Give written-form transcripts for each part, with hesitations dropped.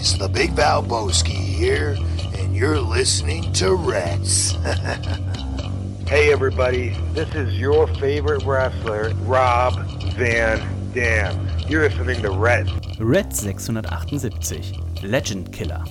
boys, the Big Valboski here, and you're listening to Reds. Hey everybody, this is your favorite wrestler, Rob Van Dam. You're listening to Red. Red 678, Legend Killer.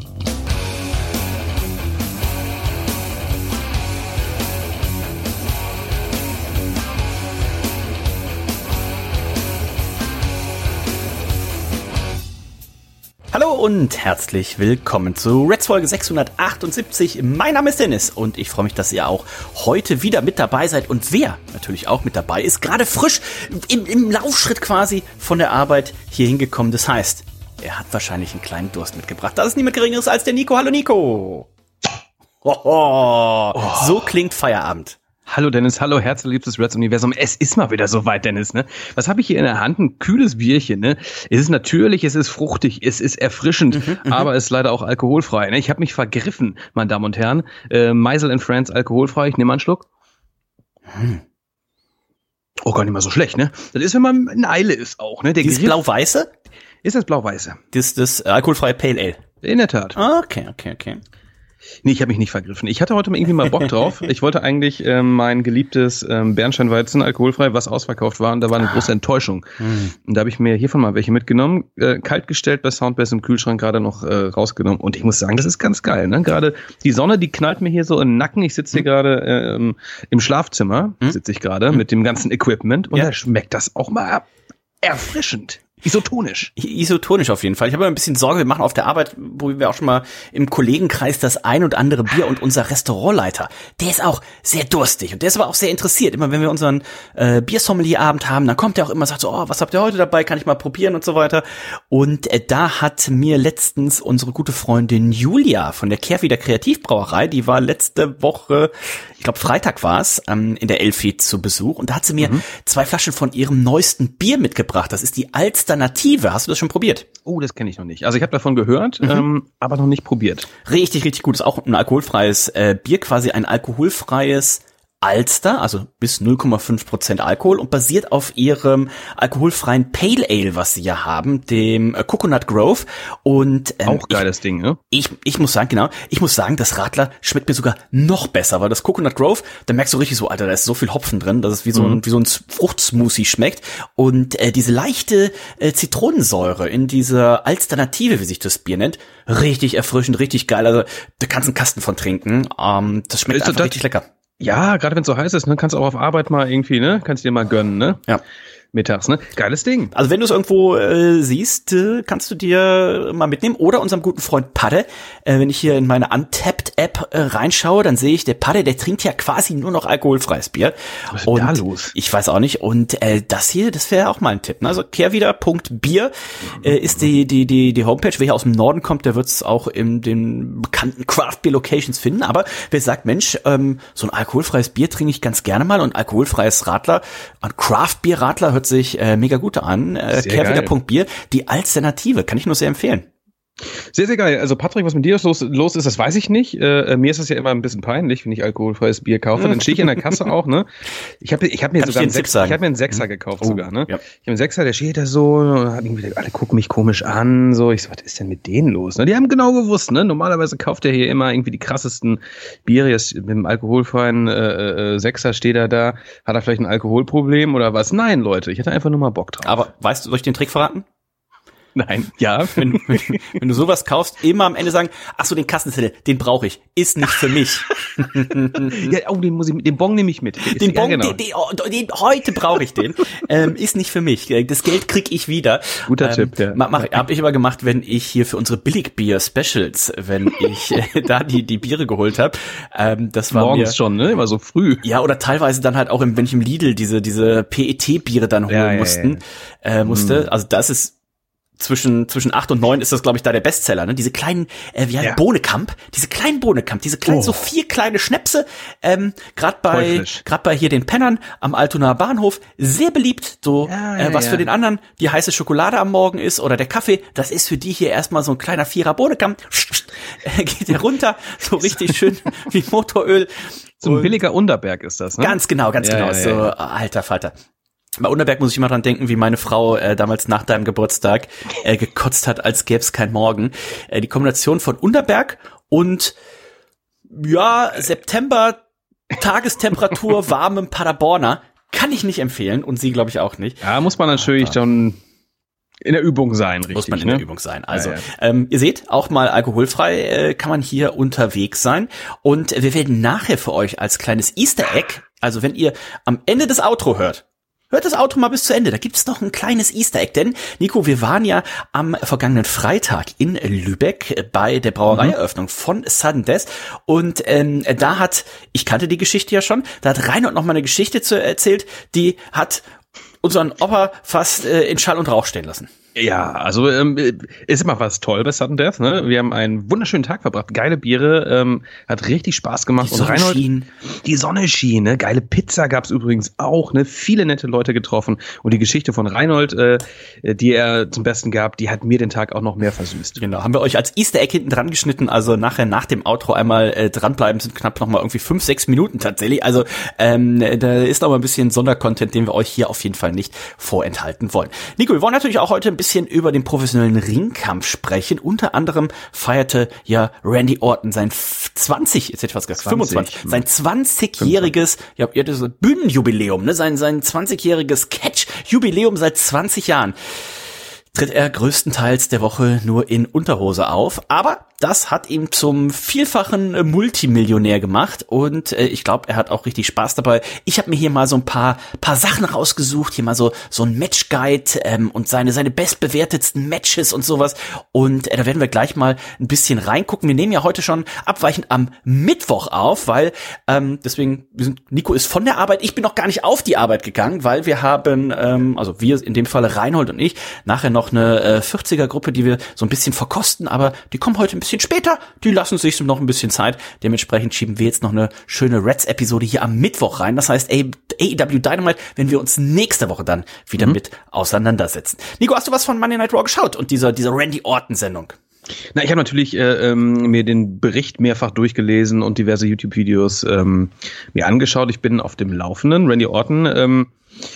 Hallo und herzlich willkommen zu Reds Folge 678. Mein Name ist Dennis und ich freue mich, dass ihr auch heute wieder mit dabei seid. Und wer natürlich auch mit dabei ist, gerade frisch im Laufschritt quasi von der Arbeit hier hingekommen. Das heißt, er hat wahrscheinlich einen kleinen Durst mitgebracht. Das ist niemand Geringeres als der Nico. Hallo Nico. So klingt Feierabend. Hallo Dennis, hallo herzliebstes Reds-Universum. Es ist mal wieder soweit, Dennis, ne? Was habe ich hier in der Hand? Ein kühles Bierchen, ne? Es ist natürlich, es ist fruchtig, es ist erfrischend, aber es ist leider auch alkoholfrei, ne? Ich habe mich vergriffen, meine Damen und Herren. Meisel & Friends alkoholfrei, ich nehme einen Schluck. Oh, gar nicht mal so schlecht, ne? Das ist, wenn man in Eile ist auch, ne? Dieses Blau-Weiße? Ist das Blau-Weiße? Das alkoholfreie Pale Ale. In der Tat. Okay. Nee, ich habe mich nicht vergriffen. Ich hatte heute mal irgendwie mal Bock drauf. Ich wollte eigentlich mein geliebtes Bernsteinweizen alkoholfrei, was ausverkauft war, und da war eine große Enttäuschung. Und da habe ich mir hiervon mal welche mitgenommen, kalt gestellt bei Soundbass im Kühlschrank gerade noch rausgenommen. Und ich muss sagen, das ist ganz geil, ne? Gerade die Sonne, die knallt mir hier so in den Nacken. Ich sitze hier gerade im Schlafzimmer, sitze ich gerade mit dem ganzen Equipment, und da schmeckt das auch mal erfrischend. Isotonisch auf jeden Fall. Ich habe immer ein bisschen Sorge, wir machen auf der Arbeit, wo wir auch schon mal im Kollegenkreis das ein und andere Bier, und unser Restaurantleiter, der ist auch sehr durstig und der ist aber auch sehr interessiert. Immer wenn wir unseren Biersommelier-Abend haben, dann kommt er auch immer und sagt so, oh, was habt ihr heute dabei, kann ich mal probieren und so weiter. Und da hat mir letztens unsere gute Freundin Julia von der Kehrwieder Kreativbrauerei, die war letzte Woche, ich glaube Freitag war es, in der Elfi zu Besuch, und da hat sie mir 2 Flaschen von ihrem neuesten Bier mitgebracht. Das ist die Alsternative. Hast du das schon probiert? Oh, das kenne ich noch nicht. Also ich habe davon gehört, aber noch nicht probiert. Richtig gut. Ist auch ein alkoholfreies Bier, quasi ein alkoholfreies Alster, also bis 0,5% Alkohol, und basiert auf ihrem alkoholfreien Pale Ale, was sie ja haben, dem Coconut Grove. Und auch geiles Ding, ne? Ich muss sagen, das Radler schmeckt mir sogar noch besser, weil das Coconut Grove, da merkst du richtig so, Alter, da ist so viel Hopfen drin, dass es wie so ein Fruchtsmoothie schmeckt, und diese leichte Zitronensäure in dieser Alternative, wie sich das Bier nennt, richtig erfrischend, richtig geil. Also da kannst du einen Kasten von trinken. Das schmeckt einfach richtig lecker. Ja, gerade wenn es so heiß ist, ne, kannst du auch auf Arbeit mal irgendwie, ne, kannst dir mal gönnen, ne? Ja. Mittags, ne? Geiles Ding. Also wenn du es irgendwo siehst, kannst du dir mal mitnehmen. Oder unserem guten Freund Padde. Wenn ich hier in meine Untapped-App reinschaue, dann sehe ich, der Padde, der trinkt ja quasi nur noch alkoholfreies Bier. Was ist denn da los? Ich weiß auch nicht. Und das hier, das wäre auch mal ein Tipp. Ne? Also kehrwieder.bier ist die Homepage. Wer hier aus dem Norden kommt, der wird es auch in den bekannten Craft-Beer-Locations finden. Aber wer sagt, Mensch, so ein alkoholfreies Bier trinke ich ganz gerne mal, und alkoholfreies Radler, ein Craft-Bier-Radler hört sich mega gut an. Kehrwieder.bier, die Alternative, kann ich nur sehr empfehlen. Sehr, sehr geil. Also Patrick, was mit dir los ist, das weiß ich nicht. Mir ist das ja immer ein bisschen peinlich, wenn ich alkoholfreies Bier kaufe. Dann stehe ich in der Kasse auch, ne? Ich hab mir sogar einen Sechser gekauft sogar, ne? Ja. Ich habe einen Sechser, der steht da so, alle gucken mich komisch an, so. Ich so, was ist denn mit denen los? Ne? Die haben genau gewusst, ne? Normalerweise kauft er hier immer irgendwie die krassesten Biere. Jetzt mit dem alkoholfreien Sechser steht er da. Hat er vielleicht ein Alkoholproblem oder was? Nein, Leute, ich hatte einfach nur mal Bock drauf. Aber weißt du, soll ich den Trick verraten? Nein, ja. Wenn du sowas kaufst, immer am Ende sagen, ach so, den Kassenzettel, den brauche ich, ist nicht für mich. Ja, oh, den Bon nehme ich mit. Den Bon, genau. den heute brauche ich den. Ist nicht für mich. Das Geld krieg ich wieder. Guter Tipp, ja. Hab ich immer gemacht, wenn ich hier für unsere Billigbier-Specials, wenn ich da die Biere geholt habe. Das war morgens mir, schon, ne? Immer so früh. Ja, oder teilweise dann halt auch, wenn ich im Lidl diese PET-Biere dann holen musste. Also das ist zwischen 8 und 9 ist das, glaube ich, da der Bestseller, ne? Diese kleinen, Bohnekamp, diese kleinen, so 4 kleine Schnäpse, gerade bei hier den Pennern am Altonaer Bahnhof, sehr beliebt, was für den anderen die heiße Schokolade am Morgen ist oder der Kaffee, das ist für die hier erstmal so ein kleiner 4er Bohnekamp, geht der runter, so richtig schön wie Motoröl. So ein billiger Unterberg ist das, ne? Ganz genau, so alter Falter. Bei Unterberg muss ich immer dran denken, wie meine Frau damals nach deinem Geburtstag gekotzt hat, als gäbe es kein Morgen. Die Kombination von Unterberg und September, Tagestemperatur, warmem Paderborner, kann ich nicht empfehlen und sie glaube ich auch nicht. Ja, muss man natürlich schon in der Übung sein, richtig. Muss man in der Übung sein. Also, ihr seht, auch mal alkoholfrei kann man hier unterwegs sein. Und wir werden nachher für euch als kleines Easter Egg, also wenn ihr am Ende des Outro hört das Outro mal bis zu Ende. Da gibt es noch ein kleines Easter Egg. Denn, Nico, wir waren ja am vergangenen Freitag in Lübeck bei der Brauereieröffnung von Sudden Death. Und ich kannte die Geschichte ja schon, da hat Reinhold noch mal eine Geschichte erzählt, die hat unseren Opa fast in Schall und Rauch stehen lassen. Ja, also ist immer was toll bei Sudden Death. Ne? Wir haben einen wunderschönen Tag verbracht, geile Biere, hat richtig Spaß gemacht. Die Sonne schien. Die Sonne schien, ne? Geile Pizza gab's übrigens auch, ne? Viele nette Leute getroffen und die Geschichte von Reinhold, die er zum Besten gab, die hat mir den Tag auch noch mehr versüßt. Genau, haben wir euch als Easter Egg hinten dran geschnitten, also nachher nach dem Outro einmal dranbleiben, sind knapp noch mal irgendwie 5-6 Minuten tatsächlich, also da ist noch mal ein bisschen Sondercontent, den wir euch hier auf jeden Fall nicht vorenthalten wollen. Nico, wir wollen natürlich auch heute ein bisschen über den professionellen Ringkampf sprechen. Unter anderem feierte ja Randy Orton sein 25-jähriges, Bühnenjubiläum, ne, sein 20-jähriges Catch-Jubiläum seit 20 Jahren. Tritt er größtenteils der Woche nur in Unterhose auf, aber das hat ihn zum vielfachen Multimillionär gemacht und ich glaube, er hat auch richtig Spaß dabei. Ich habe mir hier mal so ein paar Sachen rausgesucht, hier mal so ein Matchguide und seine bestbewertetsten Matches und sowas und da werden wir gleich mal ein bisschen reingucken. Wir nehmen ja heute schon abweichend am Mittwoch auf, weil deswegen, Nico ist von der Arbeit, ich bin noch gar nicht auf die Arbeit gegangen, weil wir haben, also wir in dem Falle Reinhold und ich, nachher noch eine 40er-Gruppe, die wir so ein bisschen verkosten, aber die kommen heute ein bisschen später, die lassen sich noch ein bisschen Zeit. Dementsprechend schieben wir jetzt noch eine schöne Reds-Episode hier am Mittwoch rein. Das heißt, AEW Dynamite, wenn wir uns nächste Woche dann wieder mit auseinandersetzen. Nico, hast du was von Monday Night Raw geschaut und dieser Randy Orton-Sendung? Na, ich habe natürlich mir den Bericht mehrfach durchgelesen und diverse YouTube-Videos mir angeschaut. Ich bin auf dem Laufenden. Randy Orton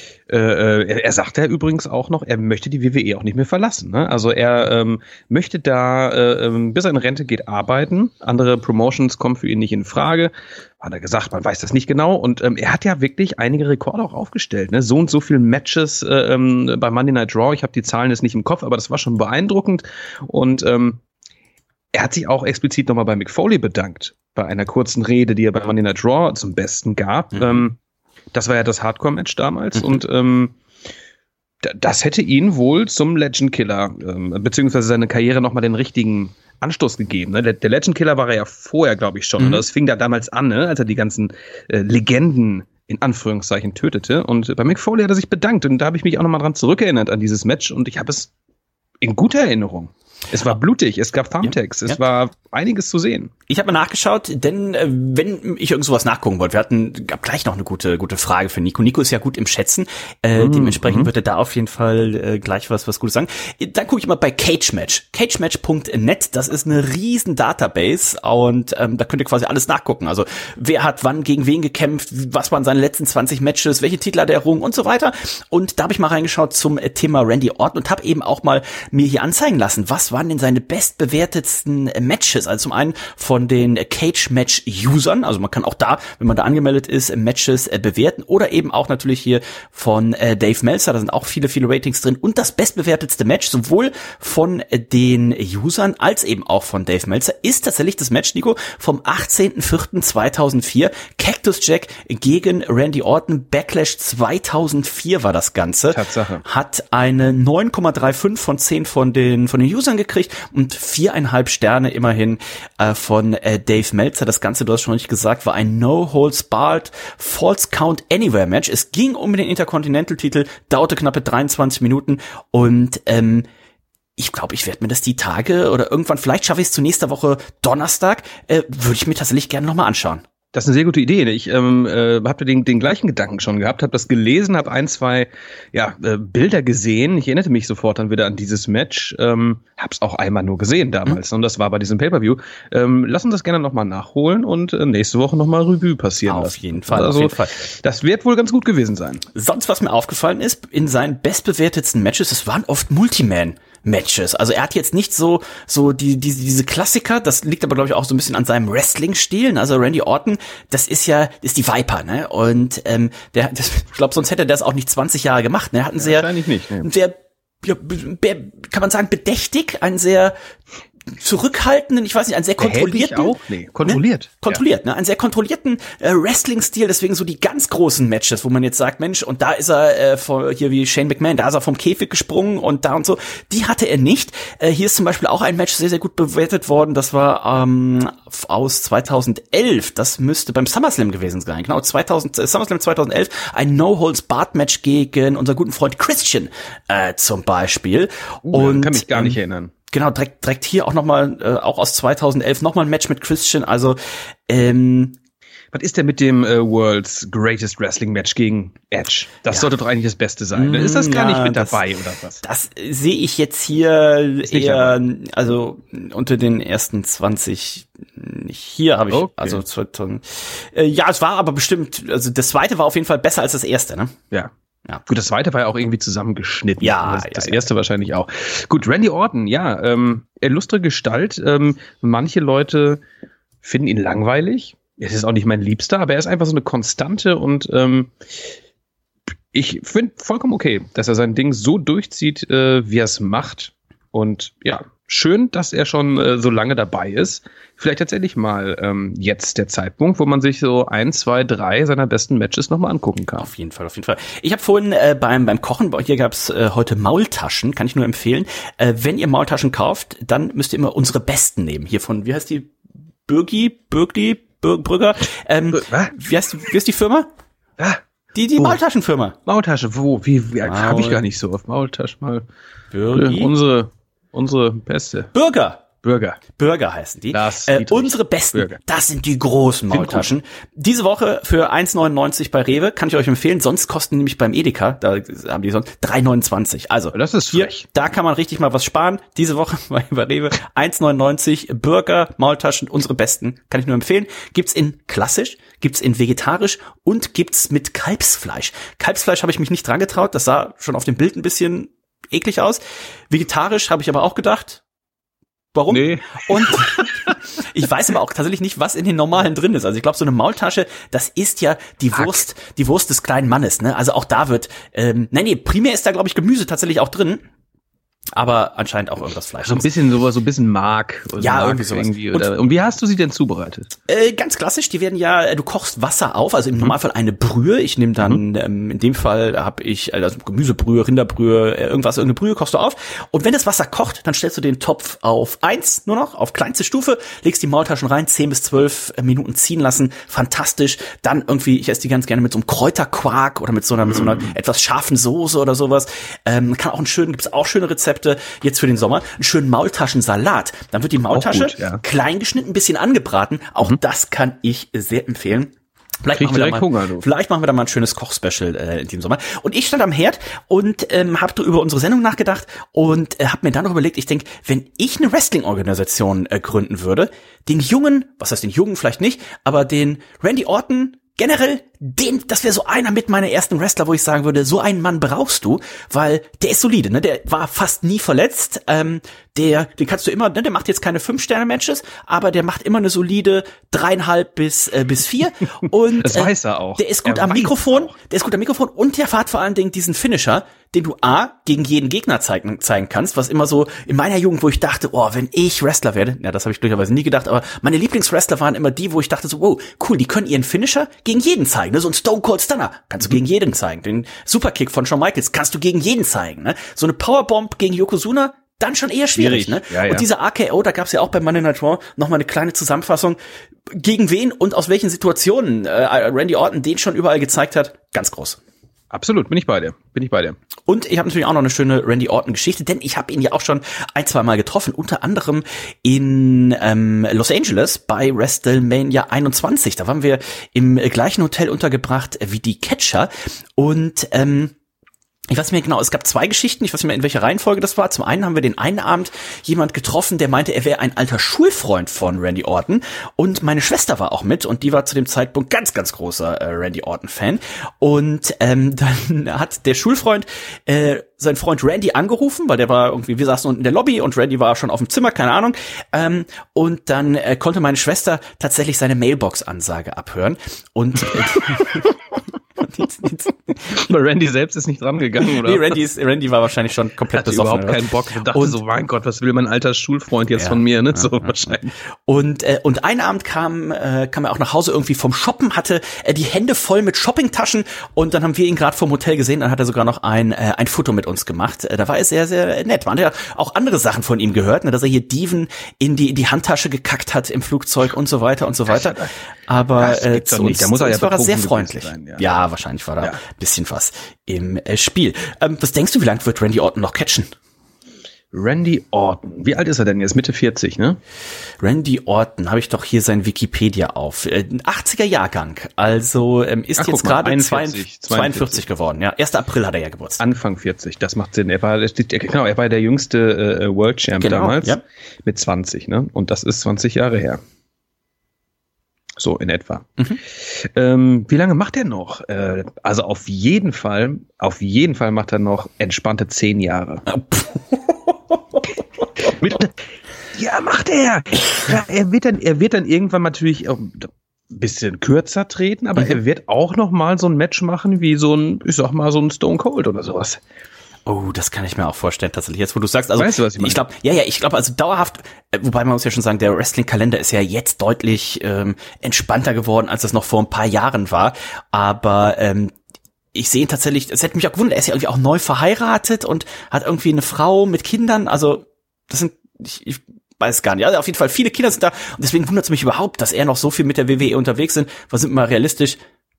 er sagt ja übrigens auch noch, er möchte die WWE auch nicht mehr verlassen. Ne? Also er möchte da, bis er in Rente geht, arbeiten. Andere Promotions kommen für ihn nicht in Frage. Hat er gesagt, man weiß das nicht genau. Und er hat ja wirklich einige Rekorde auch aufgestellt. Ne? So und so viele Matches bei Monday Night Raw. Ich habe die Zahlen jetzt nicht im Kopf, aber das war schon beeindruckend. Und er hat sich auch explizit nochmal bei Mick Foley bedankt. Bei einer kurzen Rede, die er bei Monday Night Raw zum Besten gab. Das war ja das Hardcore-Match damals und das hätte ihn wohl zum Legend Killer, beziehungsweise seine Karriere nochmal den richtigen Anstoß gegeben. Ne? Der Legend Killer war er ja vorher, glaube ich, schon. Und das fing da damals an, ne? Als er die ganzen Legenden in Anführungszeichen tötete. Und bei Mick Foley hat er sich bedankt und da habe ich mich auch nochmal dran zurückerinnert an dieses Match und ich habe es in guter Erinnerung. Es war blutig, es gab Thumbtacks, es war einiges zu sehen. Ich habe mal nachgeschaut, denn wenn ich irgend sowas nachgucken wollte, gab gleich noch eine gute Frage für Nico. Nico ist ja gut im Schätzen, dementsprechend wird er da auf jeden Fall gleich was Gutes sagen. Dann gucke ich mal bei Cagematch, cagematch.net, das ist eine riesen Database und da könnt ihr quasi alles nachgucken. Also wer hat wann gegen wen gekämpft, was waren seine letzten 20 Matches, welche Titel hat er errungen und so weiter. Und da habe ich mal reingeschaut zum Thema Randy Orton und habe eben auch mal mir hier anzeigen lassen, was waren denn seine bestbewertetsten Matches? Also zum einen von den Cage-Match-Usern, also man kann auch da, wenn man da angemeldet ist, Matches bewerten oder eben auch natürlich hier von Dave Meltzer, da sind auch viele Ratings drin und das bestbewertetste Match, sowohl von den Usern als eben auch von Dave Meltzer, ist tatsächlich das Match, Nico, vom 18.04.2004, Cactus Jack gegen Randy Orton, Backlash 2004 war das Ganze. Tatsache. Hat eine 9,35 von 10 von den Usern gekriegt und 4,5 Sterne immerhin von Dave Meltzer. Das Ganze, du hast schon richtig gesagt, war ein No-Holds-Barred False Count Anywhere Match. Es ging um den Intercontinental-Titel, dauerte knappe 23 Minuten und ich glaube, ich werde mir das die Tage oder irgendwann, vielleicht schaffe ich es zu nächster Woche Donnerstag, würde ich mir tatsächlich gerne nochmal anschauen. Das ist eine sehr gute Idee. Ich habe den gleichen Gedanken schon gehabt, habe das gelesen, habe 1, 2 Bilder gesehen. Ich erinnerte mich sofort dann wieder an dieses Match. Habe es auch einmal nur gesehen damals und das war bei diesem Pay-Per-View. Lass uns das gerne nochmal nachholen und nächste Woche nochmal Revue passieren lassen. Auf jeden Fall. Das wird wohl ganz gut gewesen sein. Sonst, was mir aufgefallen ist, in seinen bestbewertetsten Matches, es waren oft Multiman-Matches. Also er hat jetzt nicht so diese Klassiker, das liegt aber, glaube ich, auch so ein bisschen an seinem Wrestling-Stil. Also Randy Orton, das ist die Viper, ne? Und ich glaube, sonst hätte er das auch nicht 20 Jahre gemacht. Ne? Er hat einen wahrscheinlich nicht, ne? sehr, kann man sagen, bedächtig, einen sehr zurückhaltenden, ich weiß nicht, einen sehr kontrollierten. Auch? Nee, kontrolliert. Ne? Kontrolliert, ne? Einen sehr kontrollierten Wrestling-Stil, deswegen so die ganz großen Matches, wo man jetzt sagt, Mensch, und da ist er hier wie Shane McMahon, da ist er vom Käfig gesprungen und da und so. Die hatte er nicht. Hier ist zum Beispiel auch ein Match sehr, sehr gut bewertet worden. Das war aus 2011. Das müsste beim SummerSlam gewesen sein. Genau, SummerSlam 2011. Ein No-Holds-Barred-Match gegen unseren guten Freund Christian zum Beispiel. Und kann mich gar nicht erinnern. Genau, direkt hier auch nochmal, auch aus 2011, nochmal ein Match mit Christian, also, was ist denn mit dem World's Greatest Wrestling Match gegen Edge? Das sollte doch eigentlich das Beste sein. Ist das gar nicht mit dabei, oder was? Das sehe ich jetzt hier eher, also, unter den ersten 20, nicht hier habe ich, okay. Also, es war aber bestimmt, also, das zweite war auf jeden Fall besser als das erste, ne? Ja. Ja. Gut, das zweite war ja auch irgendwie zusammengeschnitten. Ja, das erste wahrscheinlich auch. Gut, Randy Orton, illustre Gestalt. Manche Leute finden ihn langweilig. Es ist auch nicht mein Liebster, aber er ist einfach so eine Konstante und ich finde vollkommen okay, dass er sein Ding so durchzieht, wie er es macht. Und ja, schön, dass er schon so lange dabei ist. Vielleicht tatsächlich mal jetzt der Zeitpunkt, wo man sich so 1, 2, 3 seiner besten Matches nochmal angucken kann. Auf jeden Fall. Ich habe vorhin beim Kochen, hier gab's heute Maultaschen, kann ich nur empfehlen. Wenn ihr Maultaschen kauft, dann müsst ihr immer unsere besten nehmen. Hier von, wie heißt die? Brügger. Wie heißt die Firma? Die Maultaschenfirma. Maultasche, wo? Wie habe ich gar nicht so auf Maultaschen mal. Unsere beste. Burger heißen die. Unsere besten, Burger. Das sind die großen Maultaschen. Diese Woche für 1,99 bei Rewe, kann ich euch empfehlen. Sonst kosten nämlich beim Edeka, da haben die sonst 3,29. Also, das ist frech. Da kann man richtig mal was sparen. Diese Woche bei Rewe 1,99 Burger, Maultaschen, unsere besten, kann ich nur empfehlen. Gibt's in klassisch, gibt's in vegetarisch und gibt's mit Kalbsfleisch. Kalbsfleisch habe ich mich nicht dran getraut. Das sah schon auf dem Bild ein bisschen eklig aus. Vegetarisch habe ich aber auch gedacht. Warum? Nee. Und ich weiß aber auch tatsächlich nicht, was in den normalen drin ist. Also ich glaube, so eine Maultasche, das ist ja die Wurst des kleinen Mannes, ne? Also auch da wird, primär ist da, glaube ich, Gemüse tatsächlich auch drin. Aber anscheinend auch irgendwas Fleisch. So ein bisschen Mark. Ja, irgendwie sowas. Und wie hast du sie denn zubereitet? Ganz klassisch, die werden du kochst Wasser auf, also im Normalfall eine Brühe. Ich nehme dann, in dem Fall habe ich Gemüsebrühe, Rinderbrühe, irgendeine Brühe kochst du auf. Und wenn das Wasser kocht, dann stellst du den Topf auf 1 nur noch, auf kleinste Stufe, legst die Maultaschen rein, 10 bis 12 Minuten ziehen lassen. Fantastisch. Dann irgendwie, ich esse die ganz gerne mit so einem Kräuterquark oder mit so einer etwas scharfen Soße oder sowas. Gibt's auch schöne Rezepte. Jetzt für den Sommer, einen schönen Maultaschensalat. Dann wird die Maultasche klein geschnitten, ein bisschen angebraten. Auch das kann ich sehr empfehlen. Vielleicht machen wir da mal ein schönes Kochspecial in diesem Sommer. Und ich stand am Herd und habe über unsere Sendung nachgedacht und habe mir dann noch überlegt, ich denke, wenn ich eine Wrestling-Organisation gründen würde, den Jungen vielleicht nicht, aber den Randy Orton generell, das wäre so einer mit meiner ersten Wrestler, wo ich sagen würde, so einen Mann brauchst du, weil der ist solide, ne? Der war fast nie verletzt, den kannst du immer, ne? Der macht jetzt keine 5-Sterne-Matches, aber der macht immer eine solide 3,5 bis 4 und das weiß er auch. Der ist gut am Mikrofon und der hat vor allen Dingen diesen Finisher, den du gegen jeden Gegner zeigen kannst, was immer so in meiner Jugend, wo ich dachte, wenn ich Wrestler werde, das habe ich glücklicherweise nie gedacht, aber meine Lieblingswrestler waren immer die, wo ich dachte so, wow, cool, die können ihren Finisher gegen jeden zeigen, ne? So ein Stone Cold Stunner kannst du gegen jeden zeigen, den Superkick von Shawn Michaels kannst du gegen jeden zeigen, ne? So eine Powerbomb gegen Yokozuna, dann schon eher schwierig. Ne? Ja. Und diese RKO, da gab's ja auch bei Monday Night Raw noch mal eine kleine Zusammenfassung, gegen wen und aus welchen Situationen Randy Orton den schon überall gezeigt hat, ganz groß. Absolut, bin ich bei dir. Und ich habe natürlich auch noch eine schöne Randy Orton-Geschichte, denn ich habe ihn ja auch schon 1-2 Mal getroffen, unter anderem in Los Angeles bei WrestleMania 21. Da waren wir im gleichen Hotel untergebracht wie die Catcher und ich weiß nicht mehr genau, es gab 2 Geschichten, ich weiß nicht mehr, in welcher Reihenfolge das war. Zum einen haben wir den einen Abend jemand getroffen, der meinte, er wäre ein alter Schulfreund von Randy Orton und meine Schwester war auch mit und die war zu dem Zeitpunkt ganz, ganz großer Randy Orton-Fan und dann hat der Schulfreund seinen Freund Randy angerufen, weil der war irgendwie, wir saßen unten in der Lobby und Randy war schon auf dem Zimmer, keine Ahnung, und dann konnte meine Schwester tatsächlich seine Mailbox-Ansage abhören und Aber Randy selbst ist nicht dran gegangen, oder? Nee, Randy war wahrscheinlich schon komplett besoffen. Überhaupt keinen Bock. Er dachte so, mein Gott, was will mein alter Schulfreund jetzt von mir, ne? So wahrscheinlich. Und einen Abend kam er auch nach Hause irgendwie vom Shoppen, hatte die Hände voll mit Shoppingtaschen und dann haben wir ihn gerade vom Hotel gesehen, dann hat er sogar noch ein Foto mit uns gemacht. Da war er sehr, sehr nett. Man hat ja auch andere Sachen von ihm gehört, ne, dass er hier Diven in die Handtasche gekackt hat im Flugzeug und so weiter und so weiter. Aber zu uns, da muss er war er sehr freundlich. Sein, ja, wahrscheinlich war da ein bisschen was im Spiel. Was denkst du, wie lange wird Randy Orton noch catchen? Randy Orton. Wie alt ist er denn jetzt? Mitte 40, ne? Randy Orton, habe ich doch hier sein Wikipedia auf. 80er Jahrgang. Also ist jetzt gerade 42 geworden. Ja, 1. April hat er ja Geburtstag. Anfang 40, das macht Sinn. Er war der jüngste World Champ damals mit 20, ne? Und das ist 20 Jahre her. So in etwa. Wie lange macht er noch? Also auf jeden Fall macht er noch entspannte 10 Jahre. Ja, macht er. Ja, er wird dann irgendwann natürlich auch ein bisschen kürzer treten, aber er wird auch noch mal so ein Match machen wie so ein Stone Cold oder sowas. Oh, das kann ich mir auch vorstellen, tatsächlich. Jetzt, wo du sagst, also, weißt du, was ich meine? Ich glaube, also dauerhaft, wobei man muss ja schon sagen, der Wrestling-Kalender ist ja jetzt deutlich entspannter geworden, als das noch vor ein paar Jahren war. Aber ich sehe ihn tatsächlich, es hätte mich auch gewundert, er ist ja irgendwie auch neu verheiratet und hat irgendwie eine Frau mit Kindern. Also, das sind, ich weiß gar nicht. Also auf jeden Fall, viele Kinder sind da. Und deswegen wundert es mich überhaupt, dass er noch so viel mit der WWE unterwegs sind. Was sind wir mal realistisch?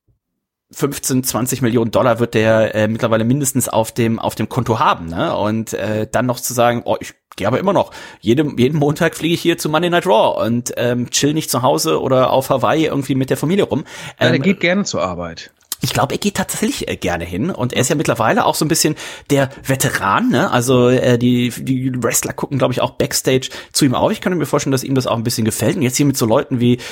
15, 20 Millionen Dollar wird der mittlerweile mindestens auf dem Konto haben, ne? Und dann noch zu sagen, ich gehe aber immer noch. Jeden Montag fliege ich hier zu Monday Night Raw und chill nicht zu Hause oder auf Hawaii irgendwie mit der Familie rum. Er geht gerne zur Arbeit. Ich glaube, er geht tatsächlich gerne hin und er ist ja mittlerweile auch so ein bisschen der Veteran, ne? Also die Wrestler gucken, glaube ich, auch Backstage zu ihm auf. Ich kann mir vorstellen, dass ihm das auch ein bisschen gefällt. Und jetzt hier mit so Leuten wie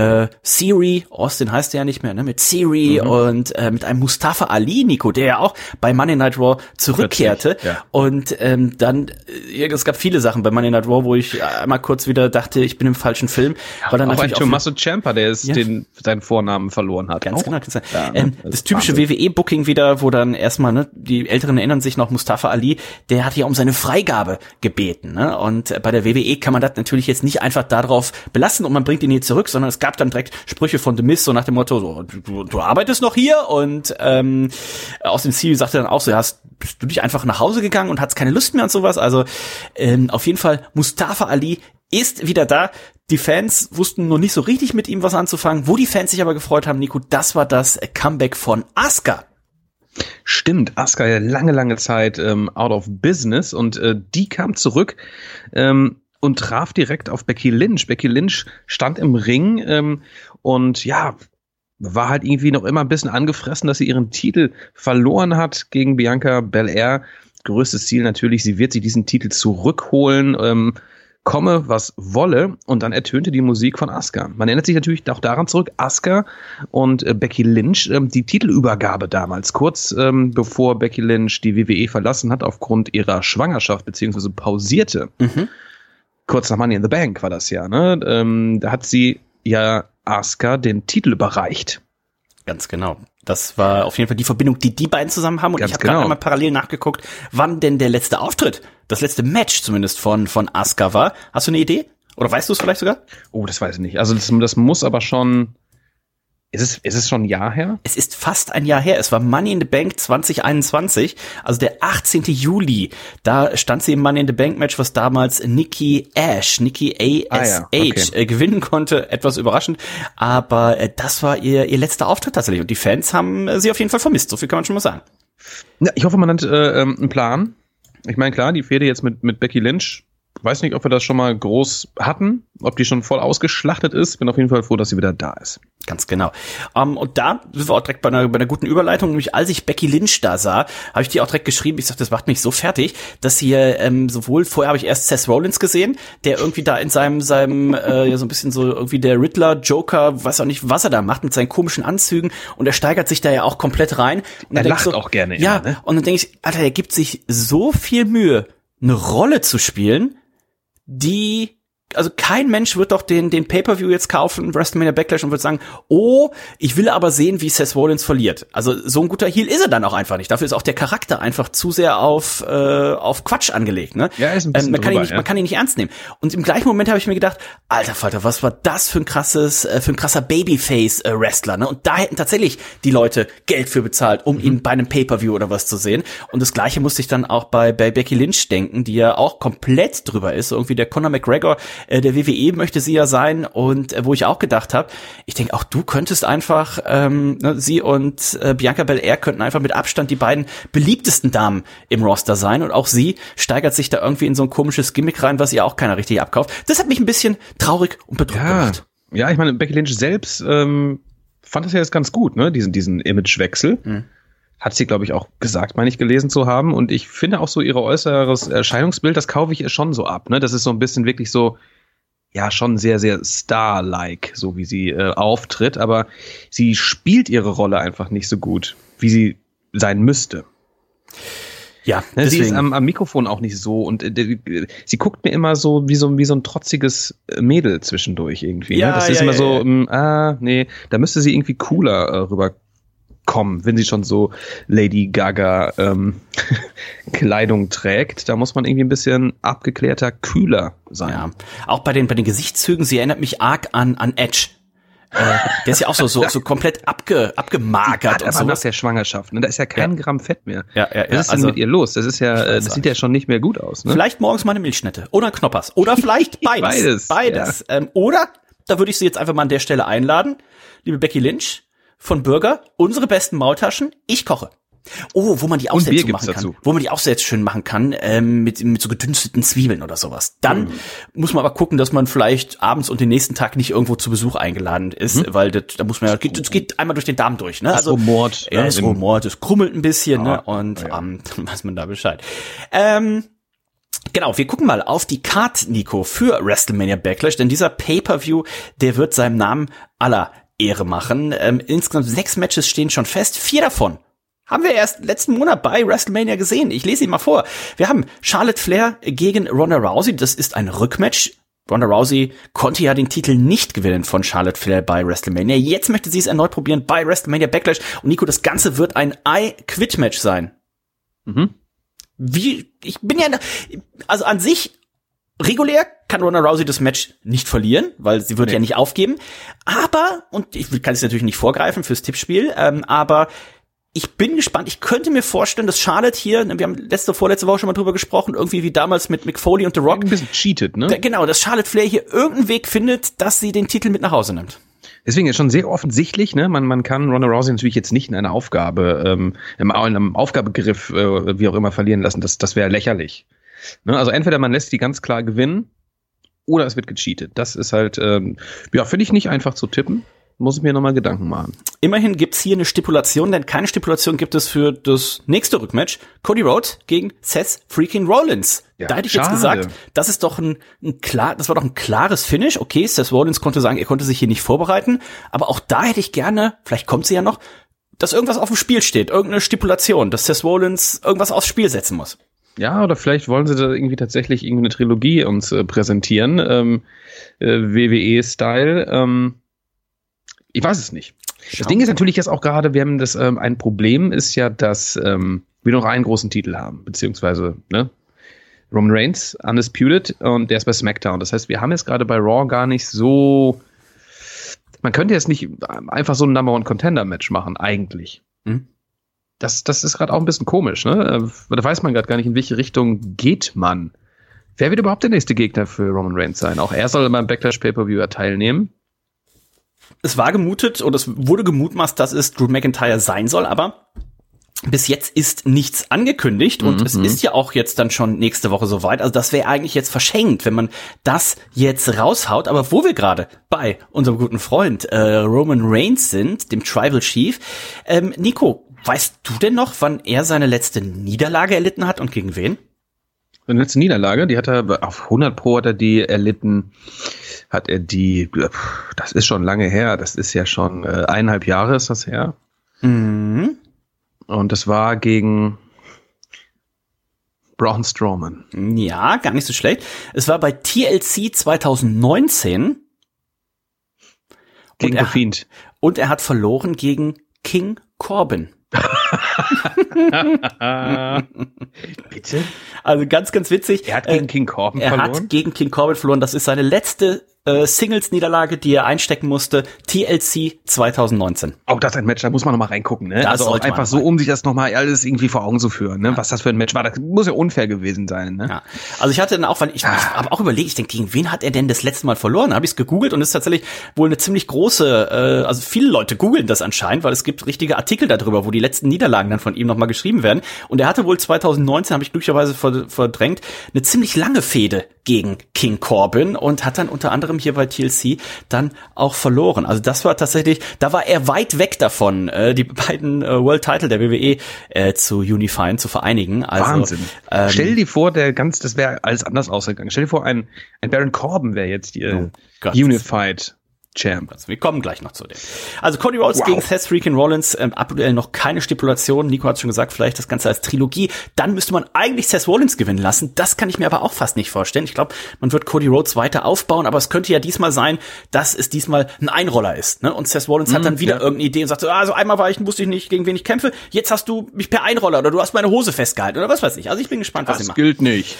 Siri, Austin heißt der ja nicht mehr, ne? Mit Siri und mit einem Mustafa Ali, Nico, der ja auch bei Monday Night Raw zurückkehrte. Ja. Und dann, es gab viele Sachen bei Monday Night Raw, wo ich einmal kurz wieder dachte, ich bin im falschen Film. Weil dann auch natürlich ein Tommaso Ciampa, der seinen Vornamen verloren hat. Ganz genau. Das typische WWE-Booking wieder, wo dann erstmal, ne, die Älteren erinnern sich noch, Mustafa Ali, der hat ja um seine Freigabe gebeten, ne? Und bei der WWE kann man das natürlich jetzt nicht einfach darauf belassen und man bringt ihn hier zurück, sondern es gab dann direkt Sprüche von The Miz, so nach dem Motto, so, du arbeitest noch hier und aus dem Ziel sagte dann auch so, bist du dich einfach nach Hause gegangen und hattest keine Lust mehr und sowas. Also auf jeden Fall, Mustafa Ali ist wieder da. Die Fans wussten noch nicht so richtig mit ihm was anzufangen. Wo die Fans sich aber gefreut haben, Nico, das war das Comeback von Asuka. Stimmt, Asuka ja lange Zeit out of business und die kam zurück und traf direkt auf Becky Lynch. Becky Lynch stand im Ring und war halt irgendwie noch immer ein bisschen angefressen, dass sie ihren Titel verloren hat gegen Bianca Belair. Größtes Ziel natürlich, sie wird sich diesen Titel zurückholen, komme, was wolle, und dann ertönte die Musik von Asuka. Man erinnert sich natürlich auch daran zurück, Asuka und Becky Lynch, die Titelübergabe damals, kurz bevor Becky Lynch die WWE verlassen hat, aufgrund ihrer Schwangerschaft, beziehungsweise pausierte. Kurz nach Money in the Bank war das ja, ne? Da hat sie ja Asuka den Titel überreicht. Ganz genau. Das war auf jeden Fall die Verbindung, die beiden zusammen haben. Und ich habe gerade einmal parallel nachgeguckt, wann denn der letzte Auftritt, das letzte Match zumindest von Asuka war. Hast du eine Idee? Oder weißt du es vielleicht sogar? Oh, das weiß ich nicht. Also das muss aber schon... Ist es schon ein Jahr her? Es ist fast ein Jahr her. Es war Money in the Bank 2021, also der 18. Juli. Da stand sie im Money in the Bank Match, was damals Nikki ASH gewinnen konnte. Etwas überraschend. Aber das war ihr letzter Auftritt tatsächlich. Und die Fans haben sie auf jeden Fall vermisst. So viel kann man schon mal sagen. Ja, ich hoffe, man hat einen Plan. Ich meine, klar, die Fehde jetzt mit Becky Lynch, weiß nicht, ob wir das schon mal groß hatten, ob die schon voll ausgeschlachtet ist. Bin auf jeden Fall froh, dass sie wieder da ist. Ganz genau. Und da sind wir auch direkt bei einer guten Überleitung. Nämlich als ich Becky Lynch da sah, habe ich die auch direkt geschrieben. Ich sag, das macht mich so fertig, dass hier sowohl vorher habe ich erst Seth Rollins gesehen, der irgendwie da in seinem ja so ein bisschen so irgendwie der Riddler, Joker, weiß auch nicht, was er da macht mit seinen komischen Anzügen. Und er steigert sich da ja auch komplett rein. Und er lacht so, auch gerne. Ja, immer, ne? Und dann denke ich, Alter, der gibt sich so viel Mühe, eine Rolle zu spielen, also kein Mensch wird doch den Pay-Per-View jetzt kaufen, WrestleMania Backlash, und wird sagen, oh, ich will aber sehen, wie Seth Rollins verliert. Also so ein guter Heel ist er dann auch einfach nicht. Dafür ist auch der Charakter einfach zu sehr auf Quatsch angelegt. Ne? Ja, ist ein bisschen man kann ihn nicht ernst nehmen. Und im gleichen Moment habe ich mir gedacht, alter Falter, was war das für ein krasser Babyface-Wrestler. Ne? Und da hätten tatsächlich die Leute Geld für bezahlt, um ihn bei einem Pay-Per-View oder was zu sehen. Und das Gleiche musste ich dann auch bei Becky Lynch denken, die ja auch komplett drüber ist. So irgendwie der Conor McGregor der WWE möchte sie ja sein, und wo ich auch gedacht habe, ich denke auch, du könntest einfach, sie und Bianca Belair könnten einfach mit Abstand die beiden beliebtesten Damen im Roster sein, und auch sie steigert sich da irgendwie in so ein komisches Gimmick rein, was ihr auch keiner richtig abkauft. Das hat mich ein bisschen traurig und bedrückt gemacht. Ja, ich meine, Becky Lynch selbst fand das ja jetzt ganz gut, ne, diesen Imagewechsel. Hat sie, glaube ich, auch gesagt, meine ich, gelesen zu haben. Und ich finde auch so ihr äußeres Erscheinungsbild, das kaufe ich ihr schon so ab. Ne? Das ist so ein bisschen wirklich so, ja, schon sehr, sehr Star-like, so wie sie auftritt. Aber sie spielt ihre Rolle einfach nicht so gut, wie sie sein müsste. Ja, ne, sie ist am Mikrofon auch nicht so. Und sie guckt mir immer so wie so ein trotziges Mädel zwischendurch irgendwie. Ja, ne? Das ist immer so, nee, da müsste sie irgendwie cooler rüberkommen, wenn sie schon so Lady Gaga Kleidung trägt. Da muss man irgendwie ein bisschen abgeklärter, kühler sein. Ja. Auch bei den Gesichtszügen, sie erinnert mich arg an Edge. Der ist ja auch so komplett abgemagert und so. Nach der Schwangerschaft, ne? Da ist ja kein Gramm Fett mehr. Ja. Was ist denn mit ihr los? Das ist ja, das sieht ja schon nicht mehr gut aus. Ne? Vielleicht morgens mal eine Milchschnitte oder Knoppers oder vielleicht beides. Beides. Ja. Oder, da würde ich sie jetzt einfach mal an der Stelle einladen, liebe Becky Lynch von Burger, unsere besten Maultaschen, ich koche. Oh, wo man die auch selbst so machen kann. Wo man die auch selbst schön machen kann, mit so gedünsteten Zwiebeln oder sowas. Dann muss man aber gucken, dass man vielleicht abends und den nächsten Tag nicht irgendwo zu Besuch eingeladen ist, weil da muss man ja, das geht einmal durch den Darm durch, ne? Also rumort. Ja, es rumort, es krummelt ein bisschen, ne? Und dann weiß man da Bescheid. Genau, wir gucken mal auf die Card, Nico, für WrestleMania Backlash, denn dieser Pay-Per-View, der wird seinem Namen aller Ehre machen. Insgesamt 6 Matches stehen schon fest, 4 davon haben wir erst letzten Monat bei WrestleMania gesehen. Ich lese ihn mal vor. Wir haben Charlotte Flair gegen Ronda Rousey. Das ist ein Rückmatch. Ronda Rousey konnte ja den Titel nicht gewinnen von Charlotte Flair bei WrestleMania. Jetzt möchte sie es erneut probieren bei WrestleMania Backlash. Und Nico, das Ganze wird ein I-Quit-Match sein. Ich bin ja, also an sich, regulär kann Ronda Rousey das Match nicht verlieren, weil sie wird ja nicht aufgeben. Aber, und ich kann es natürlich nicht vorgreifen fürs Tippspiel, aber ich bin gespannt. Ich könnte mir vorstellen, dass Charlotte hier, wir haben vorletzte Woche schon mal drüber gesprochen, irgendwie wie damals mit Mick Foley und The Rock. Ein bisschen cheatet, ne? Genau, dass Charlotte Flair hier irgendeinen Weg findet, dass sie den Titel mit nach Hause nimmt. Deswegen ist schon sehr offensichtlich, ne? Man kann Ronda Rousey natürlich jetzt nicht in einer Aufgabe, in einem Aufgabegriff, wie auch immer, verlieren lassen. Das wäre lächerlich. Ne? Also entweder man lässt die ganz klar gewinnen, oder es wird gecheatet. Das ist halt, finde ich nicht einfach zu tippen. Muss ich mir nochmal Gedanken machen. Immerhin gibt's hier eine Stipulation, denn keine Stipulation gibt es für das nächste Rückmatch. Cody Rhodes gegen Seth freaking Rollins. Ja, da hätte ich jetzt gesagt, das ist doch das war doch ein klares Finish. Okay, Seth Rollins konnte sagen, er konnte sich hier nicht vorbereiten. Aber auch da hätte ich gerne, vielleicht kommt sie ja noch, dass irgendwas auf dem Spiel steht. Irgendeine Stipulation, dass Seth Rollins irgendwas aufs Spiel setzen muss. Ja, oder vielleicht wollen sie da irgendwie tatsächlich eine Trilogie uns präsentieren. WWE-Style. Ich weiß es nicht. Das Ding ist natürlich jetzt auch gerade, wir haben das, ein Problem ist ja, dass wir noch einen großen Titel haben, beziehungsweise, ne, Roman Reigns, Undisputed, und der ist bei SmackDown. Das heißt, wir haben jetzt gerade bei Raw gar nicht so, man könnte jetzt nicht einfach so ein Number-One-Contender-Match machen, eigentlich. Das ist gerade auch ein bisschen komisch, ne? Da weiß man gerade gar nicht, in welche Richtung geht man. Wer wird überhaupt der nächste Gegner für Roman Reigns sein? Auch er soll beim Backlash Pay-Per-View teilnehmen. Es war gemutet oder es wurde gemutmaßt, dass es Drew McIntyre sein soll, aber bis jetzt ist nichts angekündigt und es ist ja auch jetzt dann schon nächste Woche soweit. Also das wäre eigentlich jetzt verschenkt, wenn man das jetzt raushaut. Aber wo wir gerade bei unserem guten Freund Roman Reigns sind, dem Tribal Chief, Nico, weißt du denn noch, wann er seine letzte Niederlage erlitten hat und gegen wen? Seine letzte Niederlage, die hat er auf 100 Pro hat er die erlitten. Hat er die, das ist schon lange her, das ist ja schon 1,5 Jahre ist das her. Mhm. Und das war gegen Braun Strowman. Ja, gar nicht so schlecht. Es war bei TLC 2019. Gegen The Fiend. Und er hat verloren gegen King Corbin. Bitte? Also ganz, ganz witzig. Er hat gegen King Corbin verloren? Er hat gegen King Corbin verloren. Das ist seine letzte Singles-Niederlage, die er einstecken musste. TLC 2019. Auch das ein Match, da muss man nochmal reingucken, ne? Das also auch einfach so, um sich das nochmal alles irgendwie vor Augen zu führen, ne? Ja. Was das für ein Match war. Das muss ja unfair gewesen sein, ne? Ja. Also ich hatte dann auch, weil ich habe auch überlegt, ich denke, gegen wen hat er denn das letzte Mal verloren? Da habe ich es gegoogelt und es ist tatsächlich wohl eine ziemlich große, also viele Leute googeln das anscheinend, weil es gibt richtige Artikel darüber, wo die letzten Niederlagen dann von ihm nochmal geschrieben werden. Und er hatte wohl 2019, habe ich glücklicherweise verdrängt, eine ziemlich lange Fehde gegen King Corbin und hat dann unter anderem hier bei TLC dann auch verloren. Also das war tatsächlich, da war er weit weg davon, die beiden World Title der WWE zu unifyen, zu vereinigen. Also, Wahnsinn. Stell dir vor, das wäre alles anders ausgegangen. Stell dir vor, ein Baron Corbin wäre jetzt die Unified Champ. Also wir kommen gleich noch zu dem. Also Cody Rhodes gegen Seth freaking Rollins, aktuell noch keine Stipulation. Nico hat schon gesagt, vielleicht das Ganze als Trilogie. Dann müsste man eigentlich Seth Rollins gewinnen lassen. Das kann ich mir aber auch fast nicht vorstellen. Ich glaube, man wird Cody Rhodes weiter aufbauen, aber es könnte ja diesmal sein, dass es diesmal ein Einroller ist. Ne? Und Seth Rollins hat dann wieder irgendeine Idee und sagt so, also einmal wusste ich nicht, gegen wen ich kämpfe. Jetzt hast du mich per Einroller oder du hast meine Hose festgehalten oder was weiß ich. Also ich bin gespannt, was sie machen. Das gilt nicht.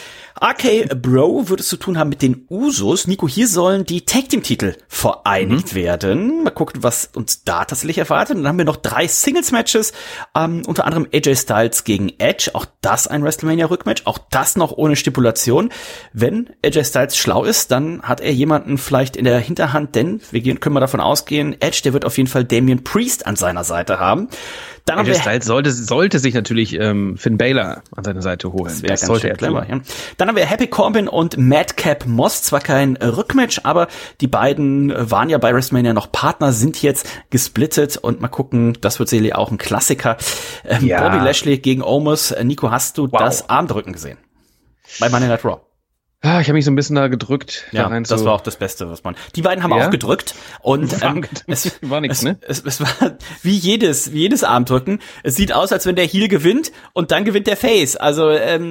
RK Bro wird es zu tun haben mit den Usos. Nico, hier sollen die Tag-Team-Titel vereinigt werden. Mal gucken, was uns da tatsächlich erwartet. Und dann haben wir noch 3 Singles-Matches, unter anderem AJ Styles gegen Edge. Auch das ein WrestleMania-Rückmatch. Auch das noch ohne Stipulation. Wenn AJ Styles schlau ist, dann hat er jemanden vielleicht in der Hinterhand, denn können wir davon ausgehen, Edge, der wird auf jeden Fall Damian Priest an seiner Seite haben. Dann AJ Styles sollte sich natürlich Finn Balor an seine Seite holen. Das sollte er clever, ja. Dann haben wir Happy Corbin und Madcap Moss. Zwar kein Rückmatch, aber die beiden waren ja bei WrestleMania noch Partner, sind jetzt gesplittet und mal gucken, das wird sicherlich auch ein Klassiker. Bobby Lashley gegen Omos. Nico, hast du das Armdrücken gesehen? Bei Monday Night Raw. Ah, ich habe mich so ein bisschen da gedrückt. Ja, das war auch das Beste, was man. Die beiden haben auch gedrückt und es war nichts, ne? Es war wie jedes Armdrücken. Es sieht aus, als wenn der Heel gewinnt und dann gewinnt der Face. Also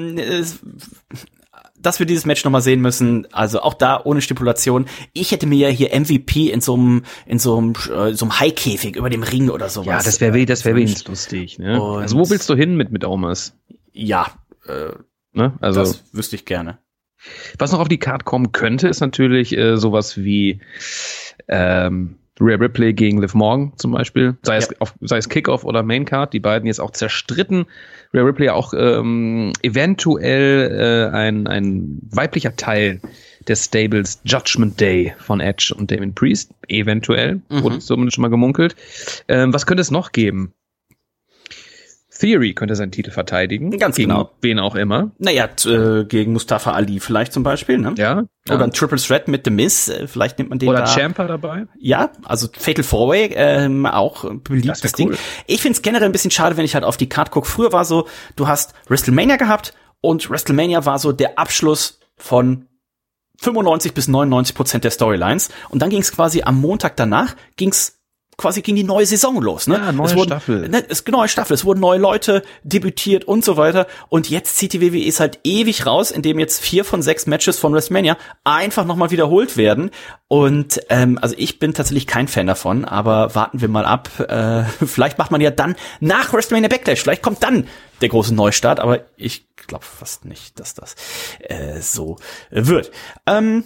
dass wir dieses Match nochmal sehen müssen, also auch da ohne Stipulation. Ich hätte mir ja hier MVP in so einem Haikäfig über dem Ring oder sowas. Ja, das wäre wenigstens lustig, ne? Also wo willst du hin mit Omos? Ja, ne? Also das wüsste ich gerne. Was noch auf die Card kommen könnte, ist natürlich sowas wie Rhea Ripley gegen Liv Morgan zum Beispiel. Sei es Kickoff oder Main Card. Die beiden jetzt auch zerstritten. Rhea Ripley auch eventuell ein weiblicher Teil des Stables Judgment Day von Edge und Damian Priest. Eventuell. Wurde zumindest schon mal gemunkelt. Was könnte es noch geben? Theory könnte seinen Titel verteidigen. Ganz gegen genau. Wen auch immer. Naja, gegen Mustafa Ali vielleicht zum Beispiel, ne? Ja. Oder ein Triple Threat mit The Miz, vielleicht nimmt man den Oder Ciampa dabei. Ja, also Fatal 4-Way, auch beliebtes Ding. Cool. Ich find's generell ein bisschen schade, wenn ich halt auf die Card gucke. Früher war so, du hast WrestleMania gehabt und WrestleMania war so der Abschluss von 95-99% der Storylines. Und dann ging's quasi am Montag danach, quasi ging die neue Saison los, ne? Ja, neue Staffel. Neue Staffel. Es wurden neue Leute debütiert und so weiter. Und jetzt zieht die WWE es halt ewig raus, indem jetzt 4 von 6 Matches von WrestleMania einfach nochmal wiederholt werden. Und also ich bin tatsächlich kein Fan davon, aber warten wir mal ab. Vielleicht macht man ja dann nach WrestleMania Backlash. Vielleicht kommt dann der große Neustart, aber ich glaube fast nicht, dass das so wird.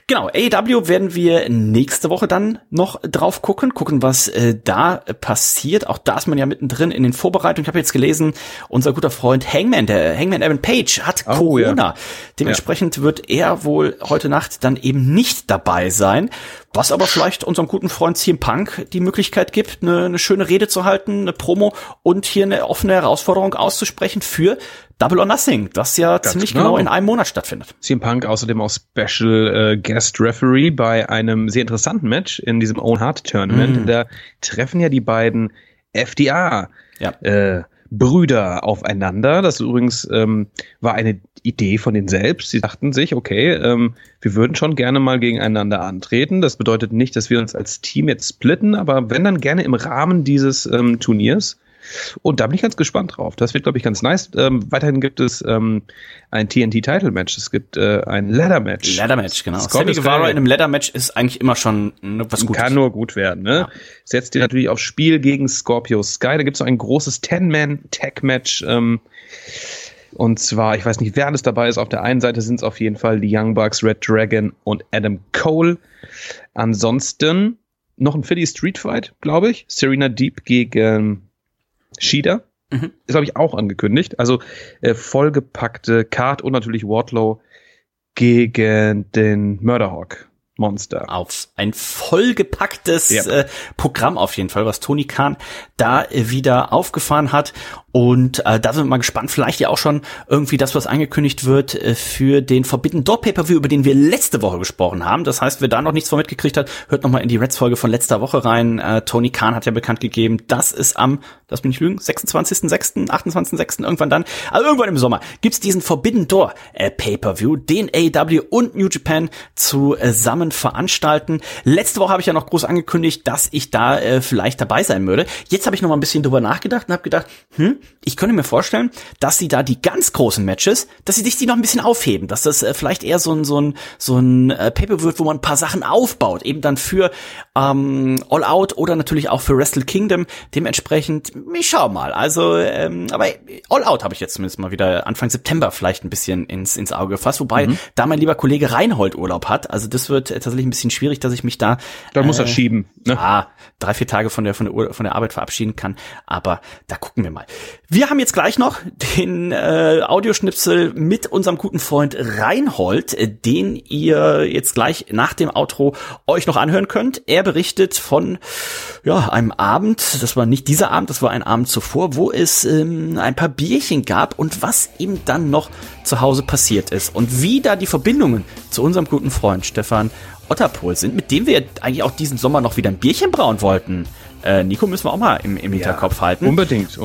Genau, AEW werden wir nächste Woche dann noch drauf gucken, was da passiert. Auch da ist man ja mittendrin in den Vorbereitungen. Ich habe jetzt gelesen, unser guter Freund Hangman Adam Page hat Corona. Ja. Dementsprechend wird er wohl heute Nacht dann eben nicht dabei sein. Was aber vielleicht unserem guten Freund CM Punk die Möglichkeit gibt, eine schöne Rede zu halten, eine Promo und hier eine offene Herausforderung auszusprechen für Double or Nothing, das ja ganz ziemlich genau in einem Monat stattfindet. CM Punk außerdem auch Special Guest Referee bei einem sehr interessanten Match in diesem Owen Hart Tournament. Da treffen ja die beiden FDA Brüder aufeinander. Das übrigens war eine Idee von denen selbst. Sie dachten sich, okay, wir würden schon gerne mal gegeneinander antreten. Das bedeutet nicht, dass wir uns als Team jetzt splitten, aber wenn, dann gerne im Rahmen dieses Turniers. Und da bin ich ganz gespannt drauf. Das wird, glaube ich, ganz nice. Weiterhin gibt es ein TNT-Title-Match. Es gibt ein Ladder-Match. Ladder-Match, genau. Sammy Guevara in einem Ladder-Match ist eigentlich immer schon was Gutes. Kann nur gut werden, ne? Ja. Setzt ihr natürlich aufs Spiel gegen Scorpio Sky. Da gibt es noch ein großes 10-Man-Tag-Match. Und zwar, ich weiß nicht, wer alles dabei ist. Auf der einen Seite sind es auf jeden Fall die Young Bucks, Red Dragon und Adam Cole. Ansonsten noch ein Philly Street Fight, glaube ich. Serena Deeb gegen Shida. Ist, glaube ich, auch angekündigt. Also vollgepackte Card und natürlich Wardlow gegen den Murderhawk Monster. Auf ein vollgepacktes Programm auf jeden Fall, was Tony Khan da wieder aufgefahren hat. Und da sind wir mal gespannt, vielleicht ja auch schon irgendwie das, was angekündigt wird für den Forbidden Door Pay-Per-View, über den wir letzte Woche gesprochen haben. Das heißt, wer da noch nichts von mitgekriegt hat, hört nochmal in die Reds-Folge von letzter Woche rein. Tony Khan hat ja bekannt gegeben, das ist am, lass mich nicht lügen, 26.06., 28.06., irgendwann dann, also irgendwann im Sommer, gibt's diesen Forbidden Door Pay-Per-View, den AEW und New Japan zusammen veranstalten. Letzte Woche habe ich ja noch groß angekündigt, dass ich da vielleicht dabei sein würde. Jetzt habe ich noch mal ein bisschen drüber nachgedacht und habe gedacht, ich könnte mir vorstellen, dass sie da die ganz großen Matches, dass sie sich die noch ein bisschen aufheben, dass das vielleicht eher so ein Pay-Per-View wird, wo man ein paar Sachen aufbaut, eben dann für All Out oder natürlich auch für Wrestle Kingdom. Dementsprechend, ich schau mal. Also, aber All Out habe ich jetzt zumindest mal wieder Anfang September vielleicht ein bisschen ins Auge gefasst, wobei da mein lieber Kollege Reinhold Urlaub hat. Also das wird tatsächlich ein bisschen schwierig, dass ich mich da muss er schieben, ne? 3-4 Tage von der Arbeit verabschieden kann. Aber da gucken wir mal. Wir haben jetzt gleich noch den Audioschnipsel mit unserem guten Freund Reinhold, den ihr jetzt gleich nach dem Outro euch noch anhören könnt. Er berichtet von einem Abend, das war nicht dieser Abend, das war ein Abend zuvor, wo es ein paar Bierchen gab und was ihm dann noch zu Hause passiert ist und wie da die Verbindungen zu unserem guten Freund Stefan Otterpohl sind, mit dem wir eigentlich auch diesen Sommer noch wieder ein Bierchen brauen wollten. Nico, müssen wir auch mal im Hinterkopf halten. Unbedingt.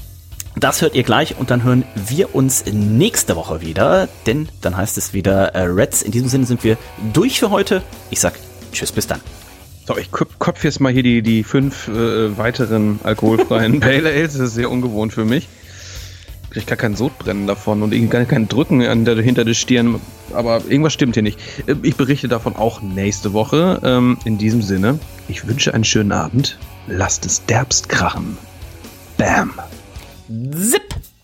Das hört ihr gleich und dann hören wir uns nächste Woche wieder, denn dann heißt es wieder Reds. In diesem Sinne sind wir durch für heute. Ich sag tschüss, bis dann. So, ich kopf jetzt mal hier die 5 weiteren alkoholfreien Pale Ales. Das ist sehr ungewohnt für mich. Ich krieg gar kein Sodbrennen davon und irgendwie gar kein Drücken hinter der Stirn. Aber irgendwas stimmt hier nicht. Ich berichte davon auch nächste Woche. In diesem Sinne, ich wünsche einen schönen Abend. Lasst es derbst krachen. Bam. Zip.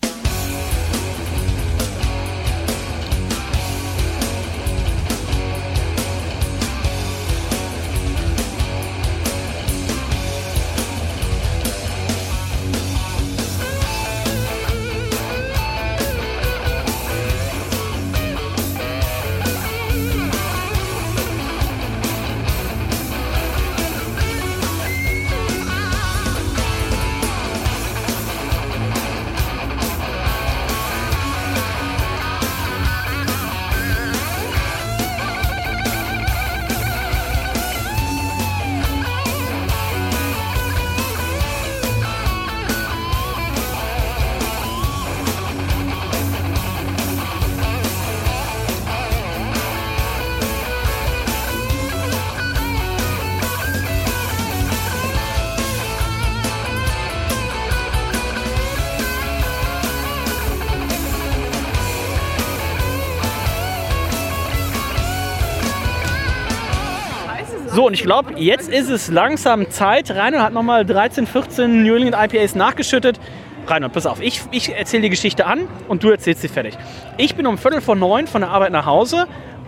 So, und ich glaube, jetzt ist es langsam Zeit. Reinhold hat nochmal 13, 14 New England IPAs nachgeschüttet. Reinhold, pass auf, ich erzähle die Geschichte an und du erzählst sie fertig. Ich bin um 8:45 von der Arbeit nach Hause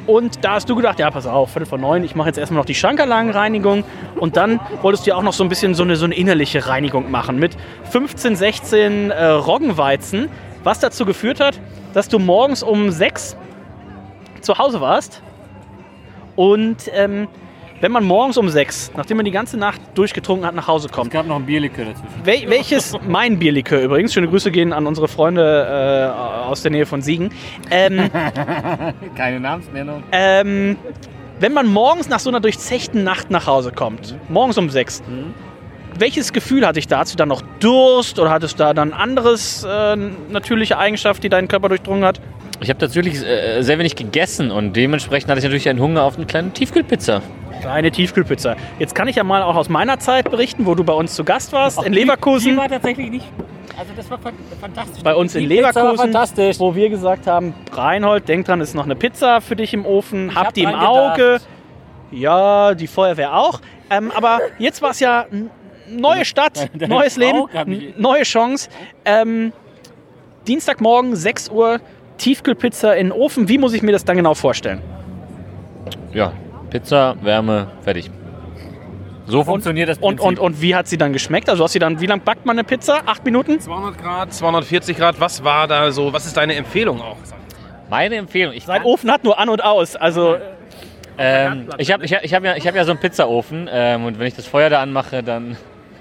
Und da hast du gedacht, ja, pass auf, 8:45, ich mache jetzt erstmal noch die Schankerlagenreinigung. Und dann wolltest du ja auch noch so ein bisschen so eine innerliche Reinigung machen mit 15, 16 Roggenweizen, was dazu geführt hat, dass du morgens um 6 zu Hause warst. Und wenn man morgens um 6, nachdem man die ganze Nacht durchgetrunken hat, nach Hause kommt. Es gab noch ein Bierlikör dazwischen. Welches, mein Bierlikör übrigens, schöne Grüße gehen an unsere Freunde aus der Nähe von Siegen. Keine Namensnennung. Wenn man morgens nach so einer durchzechten Nacht nach Hause kommt, morgens um 6, welches Gefühl hatte ich da? Hattest du dann noch Durst oder hattest du da dann anderes natürliche Eigenschaft, die deinen Körper durchdrungen hat? Ich habe tatsächlich sehr wenig gegessen und dementsprechend hatte ich natürlich einen Hunger auf eine kleine Tiefkühlpizza. Eine Tiefkühlpizza. Jetzt kann ich ja mal auch aus meiner Zeit berichten, wo du bei uns zu Gast warst, in Leverkusen. Die war tatsächlich nicht... Also das war fantastisch. Bei uns in Leverkusen, wo wir gesagt haben, Reinhold, denk dran, ist noch eine Pizza für dich im Ofen, habt die im Auge. Ja, die Feuerwehr auch. Aber jetzt war es ja neue Stadt, neues Leben, neue Chance. Dienstagmorgen, 6 Uhr, Tiefkühlpizza in den Ofen. Wie muss ich mir das dann genau vorstellen? Ja, Pizza, Wärme, fertig. So funktioniert das Prinzip. Und wie hat sie dann geschmeckt? Also hast sie dann, wie lange backt man eine Pizza? 8 Minuten? 200 Grad, 240 Grad, was war da so, was ist deine Empfehlung auch? Meine Empfehlung, Sein Ofen hat nur an und aus, also... ich hab ja so einen Pizzaofen und wenn ich das Feuer da anmache, dann...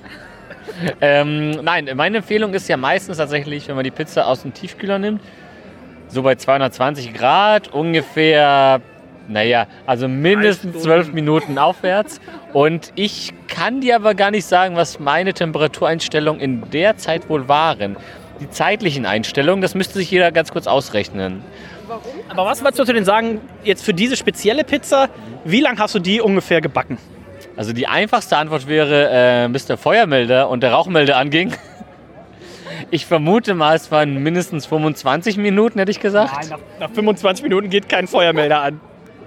nein, meine Empfehlung ist ja meistens tatsächlich, wenn man die Pizza aus dem Tiefkühler nimmt, so bei 220 Grad ungefähr... Naja, also mindestens 12 Minuten aufwärts. Und ich kann dir aber gar nicht sagen, was meine Temperatureinstellungen in der Zeit wohl waren. Die zeitlichen Einstellungen, das müsste sich jeder ganz kurz ausrechnen. Warum? Aber was würdest du denn sagen, jetzt für diese spezielle Pizza, wie lange hast du die ungefähr gebacken? Also die einfachste Antwort wäre, bis der Feuermelder und der Rauchmelder anging. Ich vermute mal, es waren mindestens 25 Minuten, hätte ich gesagt. Nein, nach 25 Minuten geht kein Feuermelder an.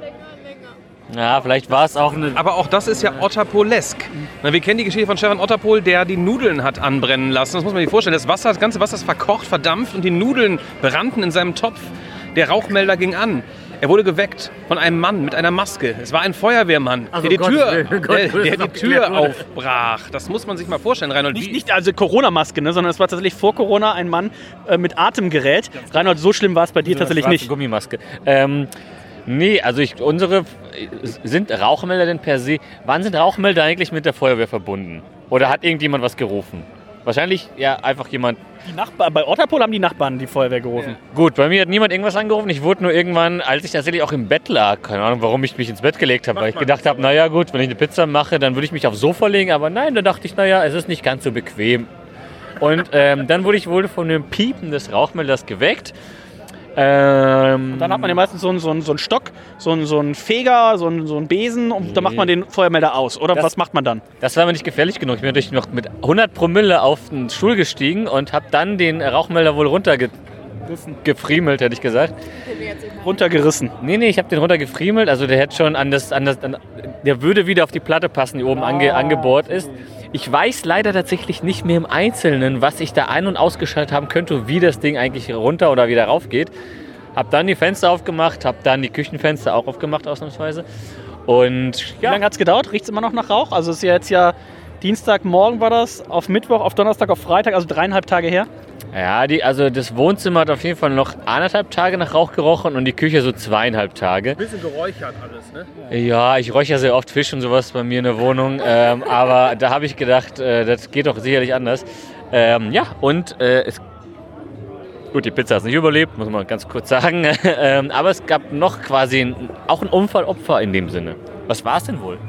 Ja, vielleicht war es auch eine... Aber auch das ist ja Otterpolesk. Wir kennen die Geschichte von Stefan Otterpohl, der die Nudeln hat anbrennen lassen. Das muss man sich vorstellen. Das ganze Wasser ist verkocht, verdampft und die Nudeln brannten in seinem Topf. Der Rauchmelder ging an. Er wurde geweckt von einem Mann mit einer Maske. Es war ein Feuerwehrmann, der die Tür aufbrach. Das muss man sich mal vorstellen, Reinhold. Nicht also Corona-Maske, ne, sondern es war tatsächlich vor Corona ein Mann mit Atemgerät. Reinhold, so schlimm war es bei dir tatsächlich nicht. Gummimaske. Nee, also sind Rauchmelder denn per se, wann sind Rauchmelder eigentlich mit der Feuerwehr verbunden? Oder hat irgendjemand was gerufen? Wahrscheinlich ja einfach jemand... Bei Otterpohl haben die Nachbarn die Feuerwehr gerufen. Ja. Gut, bei mir hat niemand irgendwas angerufen. Ich wurde nur irgendwann, als ich tatsächlich auch im Bett lag, keine Ahnung, warum ich mich ins Bett gelegt habe, weil ich gedacht habe, naja gut, wenn ich eine Pizza mache, dann würde ich mich aufs Sofa legen. Aber nein, da dachte ich, naja, es ist nicht ganz so bequem. Und dann wurde ich wohl von dem Piepen des Rauchmelders geweckt. Und dann hat man ja meistens so einen Stock, so einen Feger, so einen Besen und dann macht man den Feuermelder aus. Oder was macht man dann? Das war mir nicht gefährlich genug. Ich bin natürlich noch mit 100 Promille auf den Stuhl gestiegen und habe dann den Rauchmelder wohl runtergefriemelt, hätte ich gesagt. Runtergerissen? Nee, ich habe den runtergefriemelt. Also der hätte schon der würde wieder auf die Platte passen, die oben angebohrt ist. Ich weiß leider tatsächlich nicht mehr im Einzelnen, was ich da ein- und ausgeschaltet haben könnte, wie das Ding eigentlich runter oder wieder rauf geht. Hab dann die Fenster aufgemacht, hab dann die Küchenfenster auch aufgemacht ausnahmsweise. Und ja. Wie lange hat es gedauert? Riecht es immer noch nach Rauch? Also es ist ja jetzt Dienstagmorgen war das, auf Mittwoch, auf Donnerstag, auf Freitag, also 3,5 Tage her. Ja, also das Wohnzimmer hat auf jeden Fall noch 1,5 Tage nach Rauch gerochen und die Küche so 2,5 Tage. Ein bisschen geräuchert alles, ne? Ja, ich räuchere sehr oft Fisch und sowas bei mir in der Wohnung, aber da habe ich gedacht, das geht doch sicherlich anders. Gut, die Pizza hat es nicht überlebt, muss man ganz kurz sagen, aber es gab noch quasi auch ein Unfallopfer in dem Sinne. Was war es denn wohl?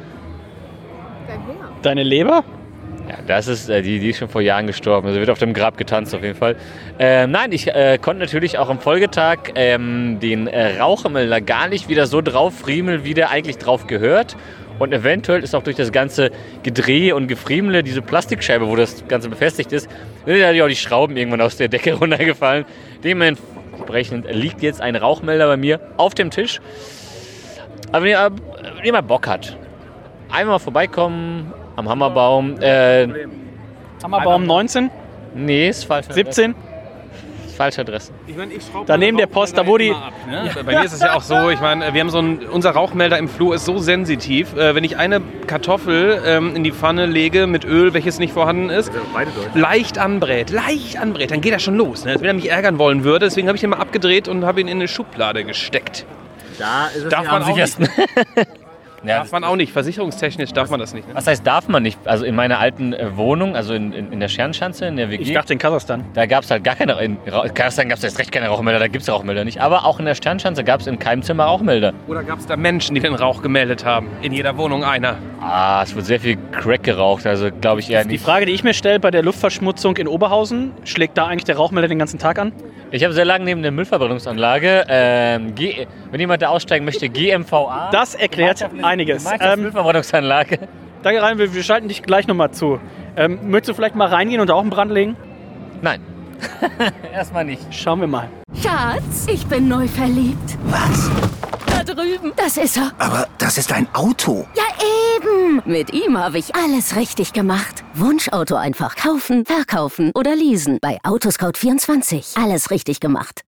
Deine Leber? Ja, das ist, die ist schon vor Jahren gestorben. Also wird auf dem Grab getanzt auf jeden Fall. Nein, ich konnte natürlich auch am Folgetag den Rauchmelder gar nicht wieder so drauf friemeln, wie der eigentlich drauf gehört. Und eventuell ist auch durch das ganze Gedrehe und Gefriemle, diese Plastikscheibe, wo das Ganze befestigt ist, sind ja auch die Schrauben irgendwann aus der Decke runtergefallen. Dementsprechend liegt jetzt ein Rauchmelder bei mir auf dem Tisch. Aber wenn ihr mal Bock hat, einmal vorbeikommen am Hammerbaum. Hammerbaum 19? Nee, ist falsch. 17? falsche Adresse. Ich meine, ich schraube Daneben der Post, da wo die... ab, ne? Bei mir ist es ja auch so, ich meine, wir haben unser Rauchmelder im Flur ist so sensitiv. Wenn ich eine Kartoffel in die Pfanne lege mit Öl, welches nicht vorhanden ist, leicht anbrät, dann geht er schon los. Ne? Als wenn er mich ärgern wollen würde. Deswegen habe ich ihn mal abgedreht und habe ihn in eine Schublade gesteckt. Da ist es Darf man auch nicht. Ja, Darf man auch nicht. Versicherungstechnisch darf man das nicht. Ne? was heißt, darf man nicht? Also in meiner alten Wohnung, also in der Sternschanze, in der WG. Ich dachte in Kasachstan. Da gab es halt gar keine, in Kasachstan gab es jetzt recht keine Rauchmelder, da gibt es Rauchmelder nicht. Aber auch in der Sternschanze gab es in keinem Zimmer Rauchmelder. Oder gab es da Menschen, die den Rauch gemeldet haben? In jeder Wohnung einer. Es wird sehr viel Crack geraucht, also glaube ich eher Die nicht. Frage, die ich mir stelle bei der Luftverschmutzung in Oberhausen, schlägt da eigentlich der Rauchmelder den ganzen Tag an? Ich habe sehr lange neben der Müllverbrennungsanlage, wenn jemand da aussteigen möchte, GMVA. Das erklärt einiges. Müllverbrennungsanlage. Danke, Rhein, wir schalten dich gleich nochmal zu. Möchtest du vielleicht mal reingehen und da auch einen Brand legen? Nein. Erstmal nicht. Schauen wir mal. Schatz, ich bin neu verliebt. Was? Da drüben. Das ist er. Aber das ist ein Auto. Ja, eben. Mit ihm habe ich alles richtig gemacht. Wunschauto einfach kaufen, verkaufen oder leasen. Bei Autoscout24. Alles richtig gemacht.